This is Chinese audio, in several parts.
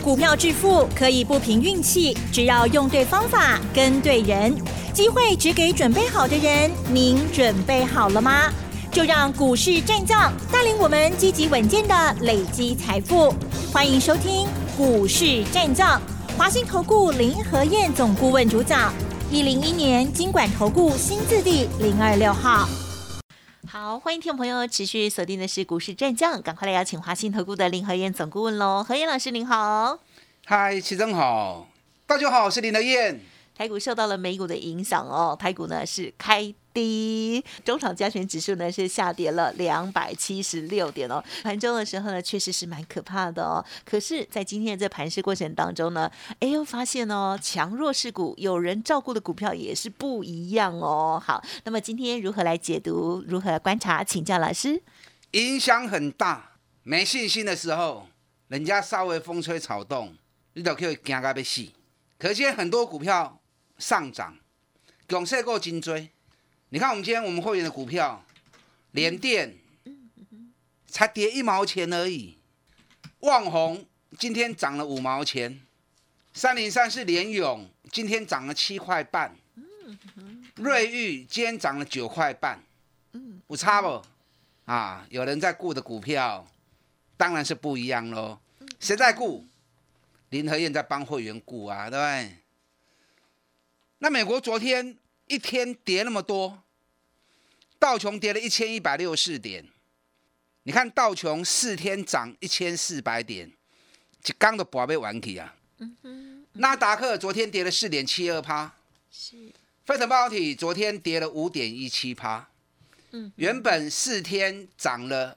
股票致富可以不凭运气，只要用对方法、跟对人。机会只给准备好的人，您准备好了吗？就让股市战将带领我们积极稳健的累积财富。欢迎收听股市战将，华信投顾林和彥总顾问主讲，101年金管投顾新字第026号。好，欢迎听众朋友持续锁定的是股市战将，赶快来邀请华信投顾的林和彥总顾问喽。和彥老师您好。 嗨，齐正好，大家好，我是林和彥。 台股受到了美股的影响哦，台股呢是开低，中场加权指数呢是下跌了276点哦。盘中的时候呢，确实是蛮可怕的哦。可是，在今天的这盘势过程当中呢，又发现哦，强弱势股有人照顾的股票也是不一样哦。好，那么今天如何来解读，如何来观察，请教老师。 影响很大，没信心的时候，人家稍微风吹草动，你就可以惊到要死。可是现在很多股票上涨，强势股真多。你看我们今天我们会员的股票，联电才跌1毛钱而已，旺宏今天涨了5毛钱，3034是联咏今天涨了7块半，瑞昱今天涨了9块半，有差不？啊，有人在顾的股票，当然是不一样咯。谁在顾？林和彥在帮会员顾啊，对不对？那美国昨天一天跌那么多，道琼跌了1164点，你看道琼4天涨1400点，一天都拔要完去啊。纳达克昨天跌了4.72%，费城半导体昨天跌了5.17%，原本4天涨了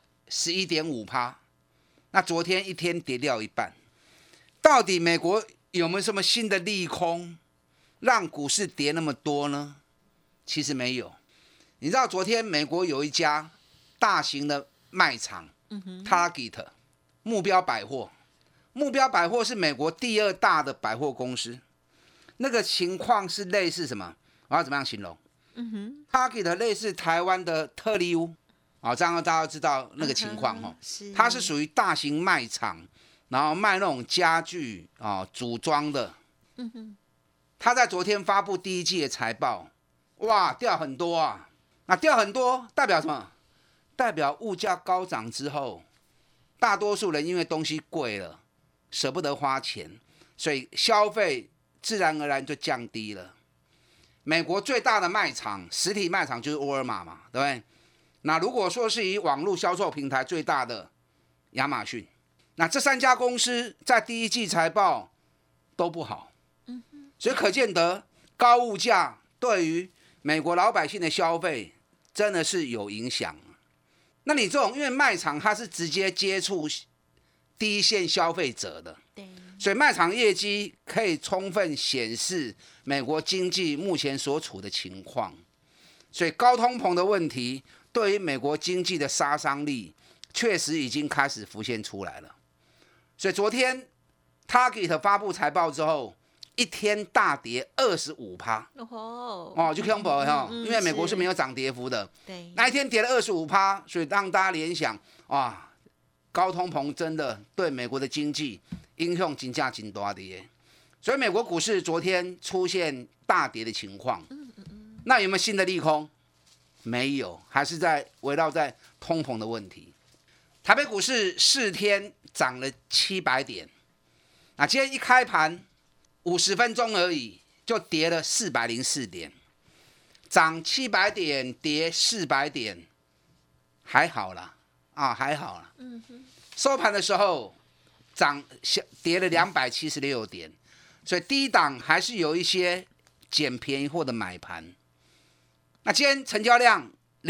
11.5%，那昨天一天跌掉一半。到底美国有没有什么新的利空，让股市跌那么多呢？其实没有。你知道昨天美国有一家大型的卖场，Target 目标百货，目标百货是美国第2大的百货公司。那个情况是类似什么？我要怎么样形容？Target 类似台湾的特力屋，这样大家知道那个情况它是属于大型卖场。然后卖那种家具组装的，他在昨天发布第1季的财报，哇，掉很多啊！那掉很多代表什么？代表物价高涨之后，大多数人因为东西贵了，舍不得花钱，所以消费自然而然就降低了。美国最大的卖场，实体卖场就是沃尔玛嘛，对不对？那如果说是以网络销售平台最大的亚马逊。那这3家公司在第1季财报都不好，所以可见得高物价对于美国老百姓的消费真的是有影响。那你这种因为卖场它是直接接触第一线消费者的，所以卖场业绩可以充分显示美国经济目前所处的情况。所以高通膨的问题对于美国经济的杀伤力确实已经开始浮现出来了。所以昨天 Target 发布财报之后，一天大跌25%，就恐怖因为美国是没有涨跌幅的，那一天跌了25%，所以让大家联想，哇，高通膨真的对美国的经济影响真的很大的，所以美国股市昨天出现大跌的情况。那有没有新的利空？没有，还是在围绕在通膨的问题。台北股市4天涨了700点，那今天一开盘50分钟而已，就跌了404点，涨700点，跌400点，还好啦，还好啦。收盘的时候跌了276点，所以低档还是有一些捡便宜货的买盘。那今天成交量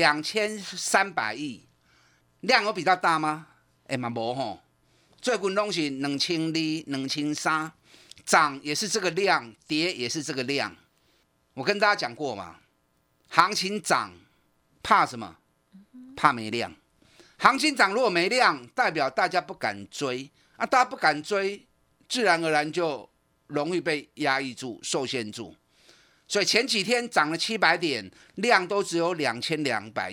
2300亿。量有比较大吗？嘛没吼，最近拢是2200、2300，涨也是这个量，跌也是这个量。我跟大家讲过嘛，行情涨怕什么？怕没量。行情涨如果没量，代表大家不敢追大家不敢追，自然而然就容易被压抑住、受限住。所以前几天涨了700点，量都只有2200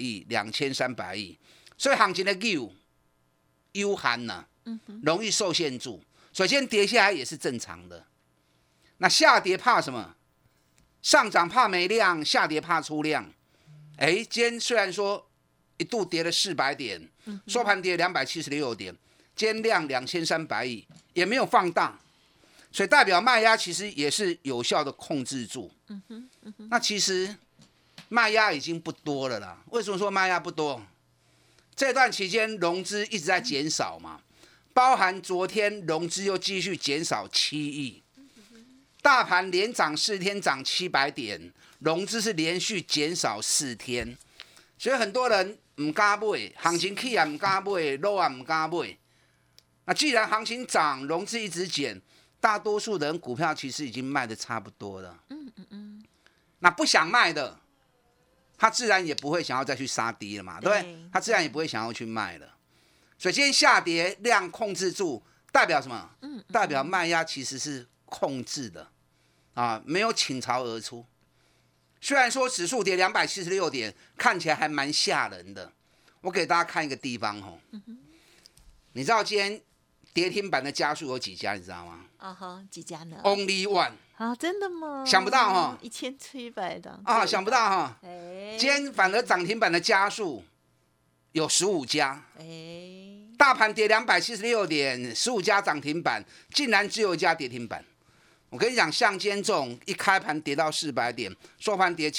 亿、2300亿。所以行情的有限容易受限住， 所以今天跌下来也是正常的。那下跌怕什么？上涨怕没量，下跌怕出量。今天虽然说一度跌了400点，收盘跌276点，今天量2300亿，也没有放大，所以代表卖压其实也是有效的控制住。那其实卖压已经不多了啦。为什么说卖压不多？这段期间融资一直在减少嘛，包含昨天融资又继续减少7亿。大盘连涨4天，涨700点，融资是连续减少4天，所以很多人不敢买，行情起也不敢买，落也不敢买。那既然行情涨，融资一直减，大多数人股票其实已经卖得差不多了。那不想卖的，他自然也不会想要再去杀低了嘛，对不对？他自然也不会想要去卖了。所以今天下跌量控制住，代表什么？代表卖压其实是控制的啊，没有倾巢而出。虽然说指数跌276点，看起来还蛮吓人的。我给大家看一个地方哦，你知道今天跌停板的家数有几家？你知道吗？ 几家呢 ？Only one 啊，真的吗？ 想不到哈 ，1700的啊，想不到哈。今天反而涨停板的家数有15家。大盘跌276点，15家涨停板，竟然只有1家跌停板。我跟你讲，像今天这种一开盘跌到400点，收盘跌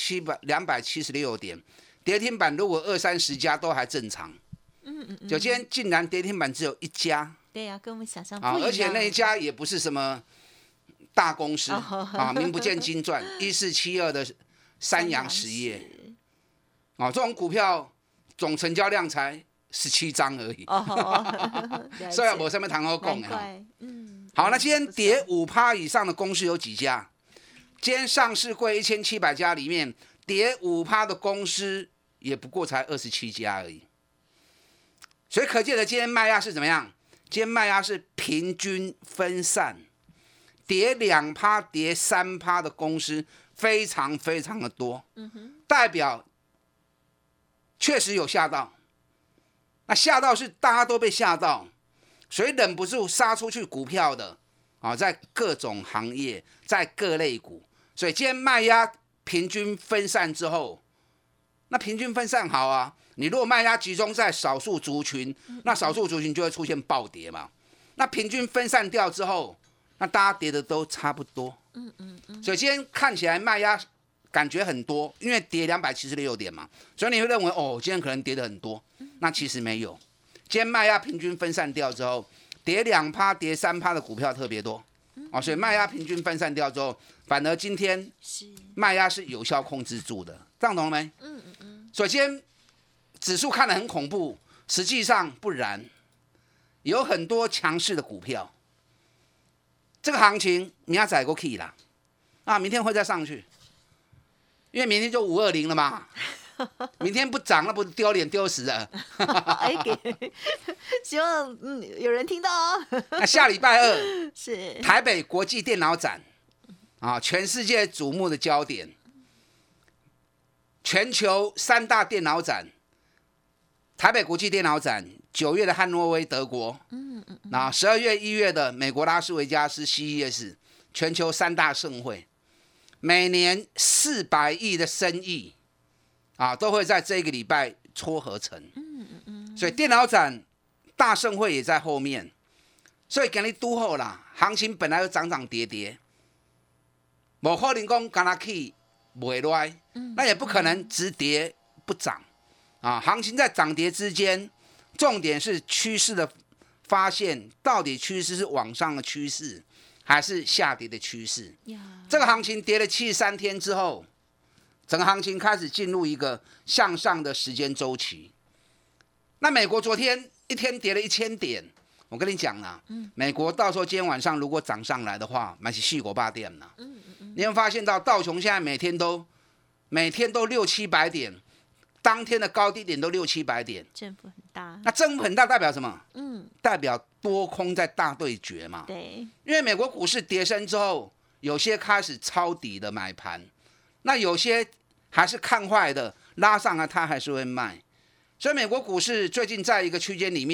276点，跌停板如果20-30家都还正常。就今天竟然跌停板只有1家。 对呀，跟我们想象不一样。 而且那一家也不是什么大公司名不见经传，1472的三洋实业。这种股票总成交量才17张而已，所以我上面谈好讲的。好，那今天跌5%以上的公司有几家？今天上市柜1700家里面，跌5%的公司也不过才27家而已。所以可见的今天卖压是怎么样？今天卖压是平均分散，跌2%、跌3%的公司非常非常的多，代表确实有吓到。那吓到是大家都被吓到，所以忍不住杀出去股票的在各种行业，在各类股。所以今天卖压平均分散之后，那平均分散好啊。你如果卖压集中在少数族群，那少数族群就会出现暴跌嘛。那平均分散掉之后，那大家跌的都差不多。所以今天看起来卖压感觉很多，因为跌276点嘛，所以你会认为今天可能跌的很多。那其实没有，今天卖压平均分散掉之后，跌2%、跌3%的股票特别多。所以卖压平均分散掉之后，反而今天卖压是有效控制住的，这样懂了没？所以今天指数看得很恐怖，实际上不然，有很多强势的股票。这个行情明仔载过去啦，明天会再上去，因为明天就520了嘛。明天不涨，那不是丢脸丢死了。 希望有人听到哦。 那下礼拜2 是台北国际电脑展全世界瞩目的焦点，全球3大电脑展。台北国际电脑展9月的汉诺威德国，那12月1月的美国拉斯维加斯 CES， 全球3大盛会，每年400亿的生意都会在这个礼拜撮合成。所以电脑展大盛会也在后面，所以今日拄好啦，行情本来就涨涨跌跌，没可能说刚才起袂赖，那也不可能只跌不涨。行情在涨跌之间，重点是趋势的发现，到底趋势是往上的趋势，还是下跌的趋势？这个行情跌了73天之后，整个行情开始进入一个向上的时间周期。那美国昨天一天跌了1000点，我跟你讲啦，美国到时候今天晚上如果涨上来的话，还是400-500点啦。你会发现到道琼现在每天都600-700点。当天的高低点都600-700点， 振幅很大。 那振幅很大代表什么？代表多空在大对决嘛。 对， 因为美国股市跌升之后，有些开始抄底的买盘，那有些还是看坏的，拉上来它还是会卖。所以美国股市最近在一个区间里面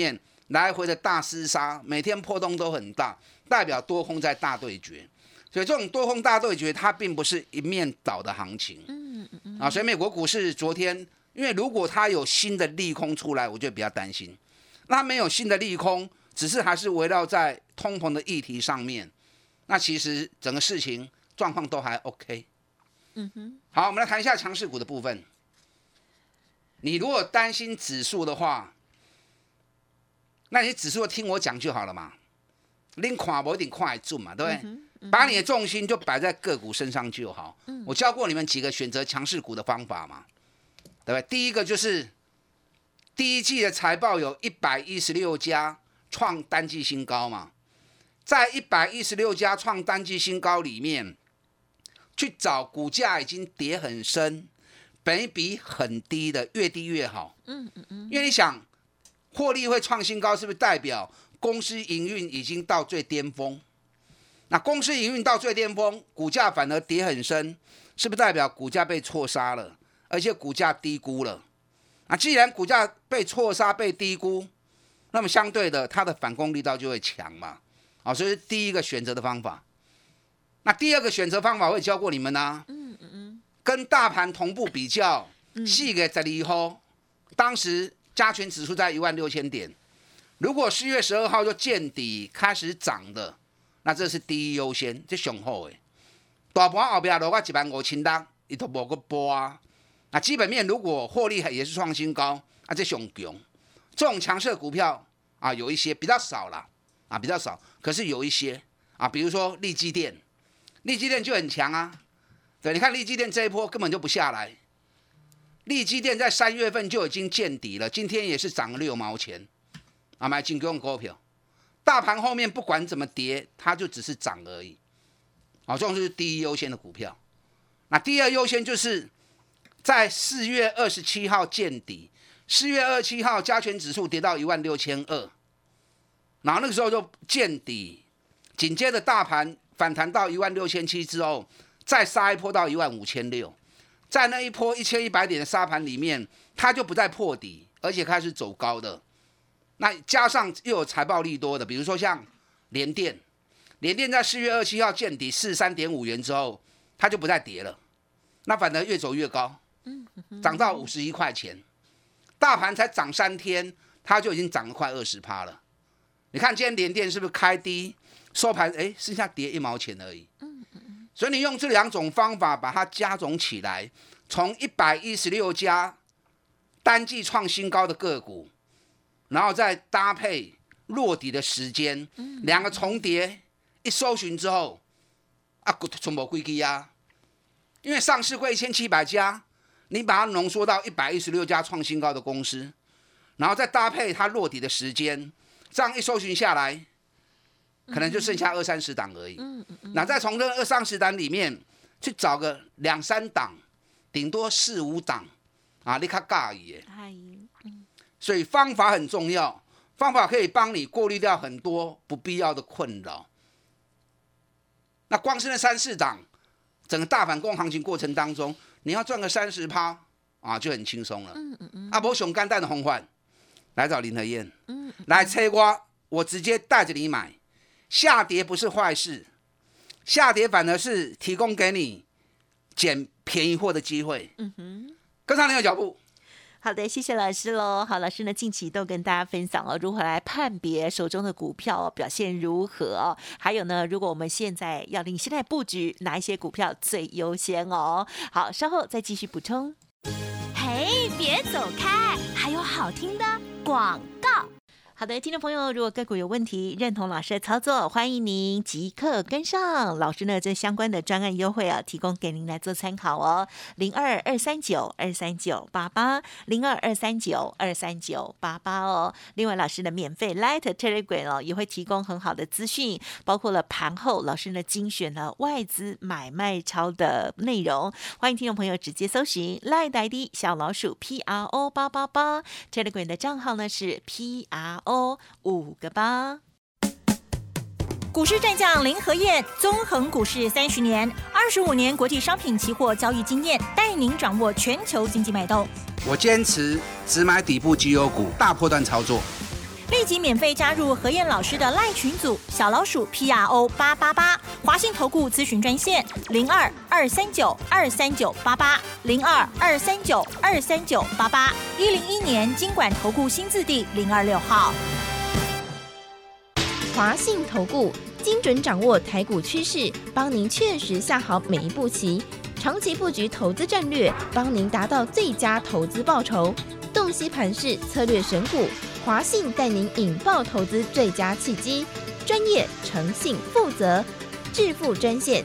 来回的大厮杀，每天波动都很大，代表多空在大对决。所以这种多空大对决，它并不是一面倒的行情。所以美国股市昨天，因为如果它有新的利空出来，我就比较担心。那没有新的利空，只是还是围绕在通膨的议题上面，那其实整个事情状况都还 OK。好，我们来谈一下强势股的部分。你如果担心指数的话，那你指数听我讲就好了嘛。你看不一定看得准嘛，对不对？把你的重心就摆在个股身上就好。我教过你们几个选择强势股的方法嘛，对不对？第一个就是第一季的财报有116家创单季新高嘛，在116家创单季新高里面，去找股价已经跌很深、本益比很低的，越低越好。因为你想，获利会创新高，是不是代表公司营运已经到最巅峰？那公司营运到最巅峰，股价反而跌很深，是不是代表股价被错杀了，而且股价低估了？既然股价被错杀、被低估，那么相对的，它的反攻力道就会强嘛。所以是第一个选择的方法。那第二个选择方法我也教过你们啊，跟大盘同步比较，4月12号，当时加权指数在16000点，如果4月12号就见底开始涨的，那这是第一优先，这上好的。大盘后面落到15000单，它都没个波啊。那基本面如果获利也是创新高，这上强。这种强势的股票有一些比较少啦，比较少，可是有一些比如说力积电，力积电就很强啊。对，你看力积电这一波根本就不下来，力积电在3月份就已经见底了，今天也是涨了6毛钱，买进攻股票。大盘后面不管怎么跌，它就只是涨而已。这种是第一优先的股票。那第二优先就是在4月27号见底，4月27号加权指数跌到16200，然后那个时候就见底，紧接着大盘反弹到16700之后，再杀一波到15600，在那一波1100点的杀盘里面，它就不再破底，而且开始走高的。那加上又有财报利多的，比如说像联电，联电在4月27号见底43.5元之后，它就不再跌了，那反而越走越高，涨到51块钱，大盘才涨3天，它就已经涨了快20%了。你看今天联电是不是开低，收盘剩下跌1毛钱而已。所以你用这2种方法把它加总起来，从116家单季创新高的个股，然后再搭配落底的时间，2个重叠，一搜寻之后，全部归基啊。因为上市柜1700家，你把它浓缩到116家创新高的公司，然后再搭配它落底的时间，这样一搜寻下来，可能就剩下20-30档而已。那再从这20-30档里面去找个2-3档，顶多4-5档你较介意的。所以方法很重要，方法可以帮你过滤掉很多不必要的困扰。那光是那3-4档，整个大反攻行情过程当中，你要赚个30%就很轻松了。没上简单的方法，来找林和燕，来找我直接带着你买。下跌不是坏事，下跌反而是提供给你捡便宜货的机会。跟上你的脚步。 好的，谢谢老师喽。好，老师呢近期都跟大家分享了如何来判别手中的股票表现如何还有呢，如果我们现在要领先来布局哪一些股票最优先哦。好，稍后再继续补充。 嘿，别走开，还有好听的广告。 好的，听众朋友，如果个股有问题，认同老师的操作，欢迎您即刻跟上老师呢这相关的专案优惠提供给您来做参考哦。02-239-23988，02-239-23988哦。另外，老师的免费 Light Telegram 也会提供很好的资讯，包括了盘后老师呢精选了外资买卖超的内容，欢迎听众朋友直接搜寻 Light ID 小老鼠 PRO888 Telegram 的账号呢是 PRO5个8。股市战将林和燕，纵横股市30年，25年国际商品期货交易经验，带您掌握全球经济脉动。 我坚持只买底部绩优股，大波段操作。 立即免费加入何燕老师的赖群组，小老鼠 PRO888，华信投顾咨询专线02-239-23988，02-239-23988，101年金管投顾新字第026号。 华信投顾精准掌握台股趋势，帮您确实下好每一步棋，长期布局投资战略，帮您达到最佳投资报酬。洞悉盘势，策略选股，华信带您引爆投资最佳契机，专业、诚信、负责。致富专线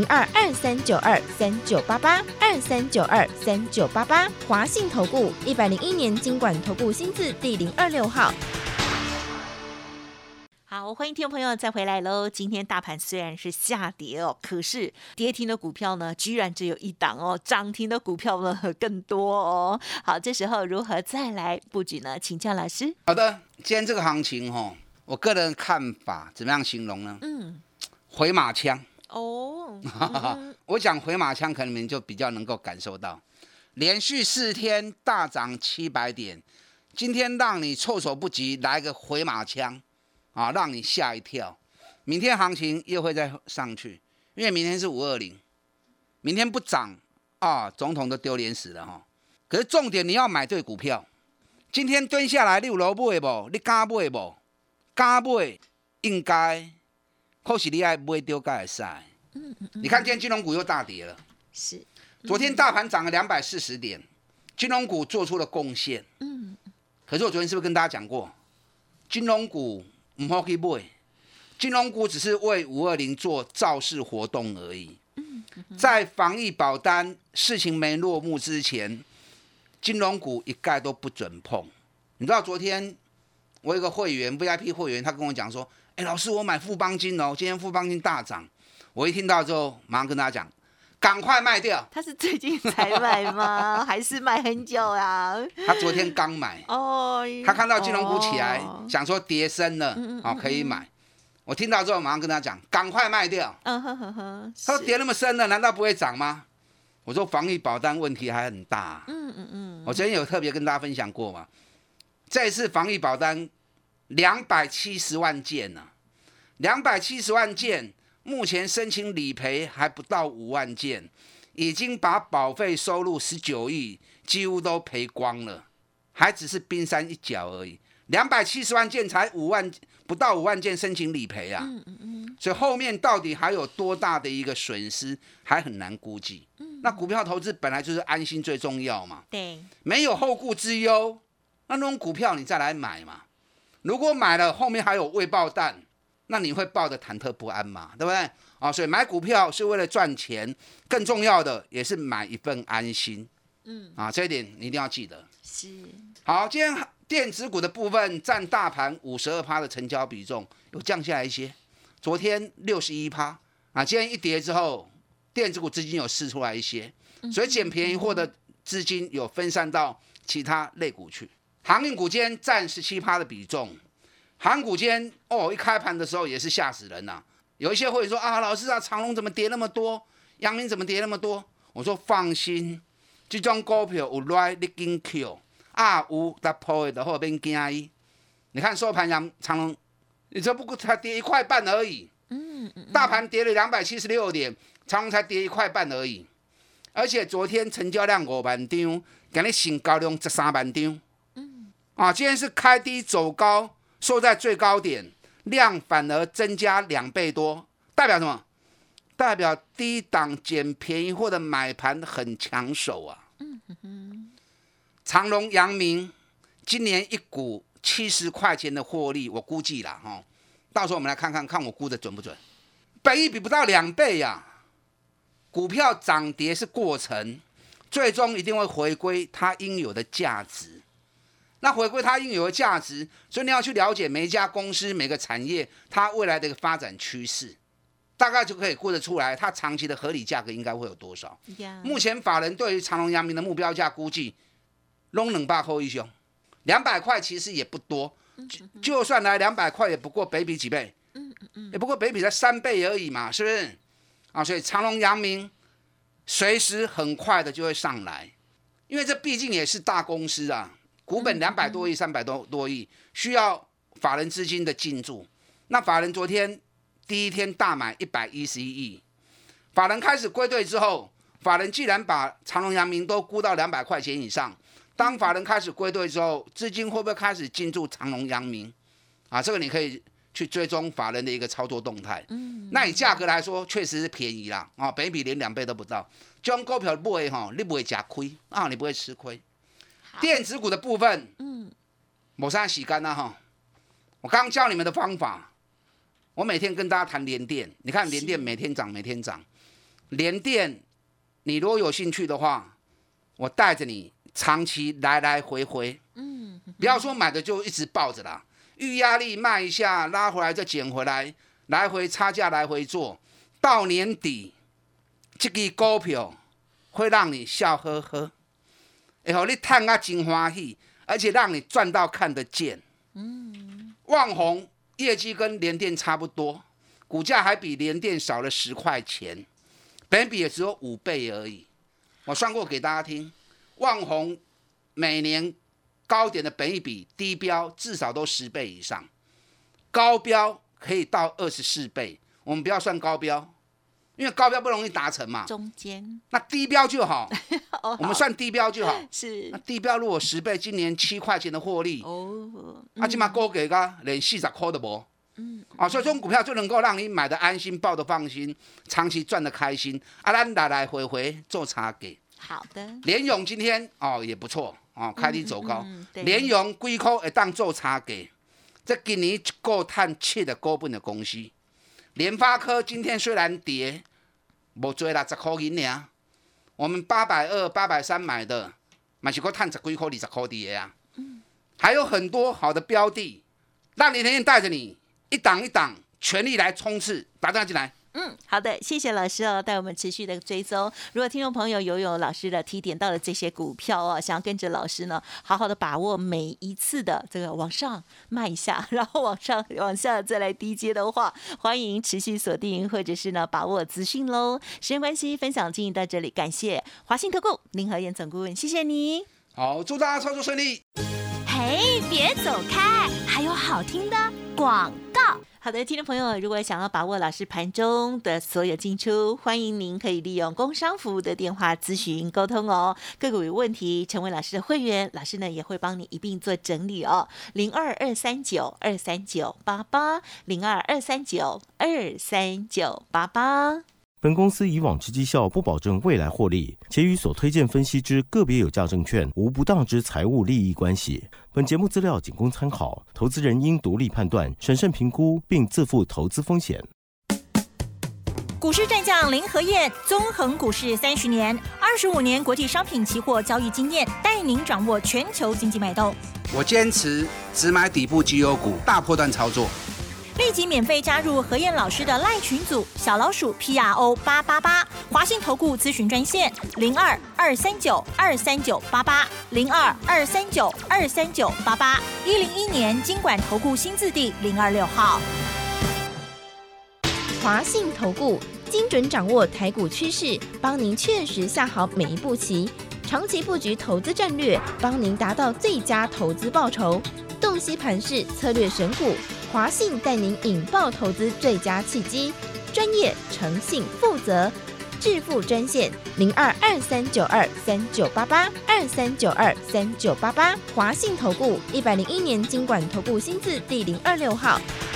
02-2392-3988，2392-3988，华信投顾101年金管投顾新字第026号。 好，欢迎听众朋友再回来喽。今天大盘虽然是下跌哦，可是跌停的股票呢，居然只有一档哦，涨停的股票呢更多哦。好，这时候如何再来布局呢？请教老师。 好的，今天这个行情我个人看法怎么样形容呢？回马枪哦。 我讲回马枪，可能你们就比较能够感受到，连续4天大涨700点，今天让你措手不及，来个回马枪。让你吓一跳，明天行情又会再上去，因为明天是520，明天不涨总统都丢脸死了可是重点你要买对股票，今天蹲下来，你有路买不？你敢买不？敢买应该，可是你爱买丢该会使。你看今天金融股又大跌了， 是， 昨天大盘涨了240点，金融股做出了贡献。可是我昨天是不是跟大家讲过，金融股不好去买，金融股只是为520做造势活动而已。在防疫保单事情没落幕之前，金融股一概都不准碰。你知道昨天我有一个会员 VIP 会员，他跟我讲说：“老师，我买富邦金哦，今天富邦金大涨。”我一听到之后，马上跟他讲，赶快卖掉。 他是最近才买吗？还是买很久啊？ 他昨天刚买他看到金融股起来，想说跌深了，可以买。我听到之后，马上跟他讲，赶快卖掉。他说跌那么深了，难道不会涨吗？我说防疫保单问题还很大。我昨天有特别跟大家分享过嘛，这一次防疫保单270万件呢，270万件。目前申请理赔还不到5万件，已经把保费收入19亿，几乎都赔光了，还只是冰山一角而已。270万件才不到5万件申请理赔啊，所以后面到底还有多大的一个损失，还很难估计。那股票投资本来就是安心最重要嘛， 对，没有后顾之忧，那种股票你再来买嘛。如果买了后面还有未爆弹，那你会抱得忐忑不安嘛，对不对？所以买股票是为了赚钱，更重要的也是买一份安心。这一点你一定要记得。 是。好， 今天电子股的部分占大盘52%的成交比重有降下来一些，昨天61%今天一跌之后，电子股资金有释出来一些，所以捡便宜货的资金有分散到其他类股去。航运股今天占17%的比重。航股今天一开盘的时候也是吓死人有一些会说老师长荣怎么跌那么多，阳明怎么跌那么多？我说放心，这种股票有来你紧捡，有突破的后边惊伊。你看收盘长荣，你这不过才跌1块半而已，大盘跌了276点，长荣才跌1块半而已，而且昨天成交量5万张，今天成交量13万张，今天是开低走高。收在最高点，量反而增加2倍多，代表什么？代表低档捡便宜货的买盘很抢手长荣、阳明今年一股70块钱的获利，我估计啦到时候我们来看我估的准不准？本益比不到2倍股票涨跌是过程，最终一定会回归它应有的价值。那回归它应有的价值，所以你要去了解每一家公司、每个产业它未来的一个发展趋势，大概就可以估得出来它长期的合理价格应该会有多少。目前法人对于长荣、阳明的目标价估计都200块以上，200块其实也不多，就算来200块也不过北比几倍，也不过北比才3倍而已嘛，是不是？所以长荣、阳明随时很快的就会上来，因为这毕竟也是大公司股本200多亿、300多亿，需要法人资金的进驻。那法人昨天第一天大买111亿，法人开始归队之后，法人既然把长荣、阳明都估到200块钱以上，当法人开始归队之后，资金会不会开始进驻长荣、阳明？这个你可以去追踪法人的一个操作动态。那以价格来说，确实是便宜啦，本益比连2倍都不到。这种股票买你不会吃亏你不会吃亏。电子股的部分，没啥时间我刚教你们的方法，我每天跟大家谈联电，你看联电每天涨，每天涨。联电，你如果有兴趣的话，我带着你长期来来回回，不要说买的就一直抱着啦。遇压力卖一下，拉回来再捡回来，来回差价来回做，到年底这支股票会让你笑呵呵，会让你赚啊真欢喜，而且让你赚到看得见。旺宏业绩跟联电差不多，股价还比联电少了10块钱，本益比也只有5倍而已。我算过给大家听，旺宏每年高点的本益比低标至少都10倍以上，高标可以到24倍。我们不要算高标，因为高标不容易达成嘛。 中间那低标就好，我们算低标就好。 是那低标如果10倍，今年7块钱的获利，现在股价连40块都没。所以这种股票就能够让你买的安心，抱的放心，长期赚的开心。咱来来回回做差价。 好的， 联咏今天也不错开低走高。联咏几块会当做差价，这今年一个赚7的股本的公司。联发科今天虽然跌，没追60块钱而已，我们820、830买的，也是还赚10几块、20块的呀。还有很多好的标的，让你天天带着你一档一档全力来冲刺，打电话进来。 好的，谢谢老师带我们持续的追踪。如果听众朋友有老师的提点到的这些股票想要跟着老师呢，好好的把握每一次的这个往上卖一下，然后往下再来低接的话，欢迎持续锁定或者是呢把握资讯喽。时间关系，分享进行到这里，感谢华信投顾林和彥总顾问，谢谢你。 好，祝大家操作顺利。 嘿，别走开，还有好听的广告。 好的，听众朋友，如果想要把握老师盘中的所有进出，欢迎您可以利用工商服务的电话咨询沟通个股有问题，成为老师的会员，老师呢也会帮你一并做整理02-239-23988，02-239-23988。 本公司以往之绩效不保证未来获利，且与所推荐分析之个别有价证券无不当之财务利益关系。本节目资料仅供参考，投资人应独立判断、审慎评估，并自负投资风险。 股市战将林和彥，纵横股市30年，25年国际商品期货交易经验，带您掌握全球经济脉动。 我坚持只买底部绩优股，大波段操作。 立即免费加入和彥老师的LINE群组，小老鼠 PRO888，华信投顾咨询专线02-239-23988，02-239-23988，101年金管投顾新字第026号。 华信投顾精准掌握台股趋势，帮您确实下好每一步棋，长期布局投资战略，帮您达到最佳投资报酬。洞悉盘势，策略选股，华信带您引爆投资最佳契机，专业、诚信、负责，致富专线02-2392-3988，2392-3988，华信投顾101年金管投顾新字第026号。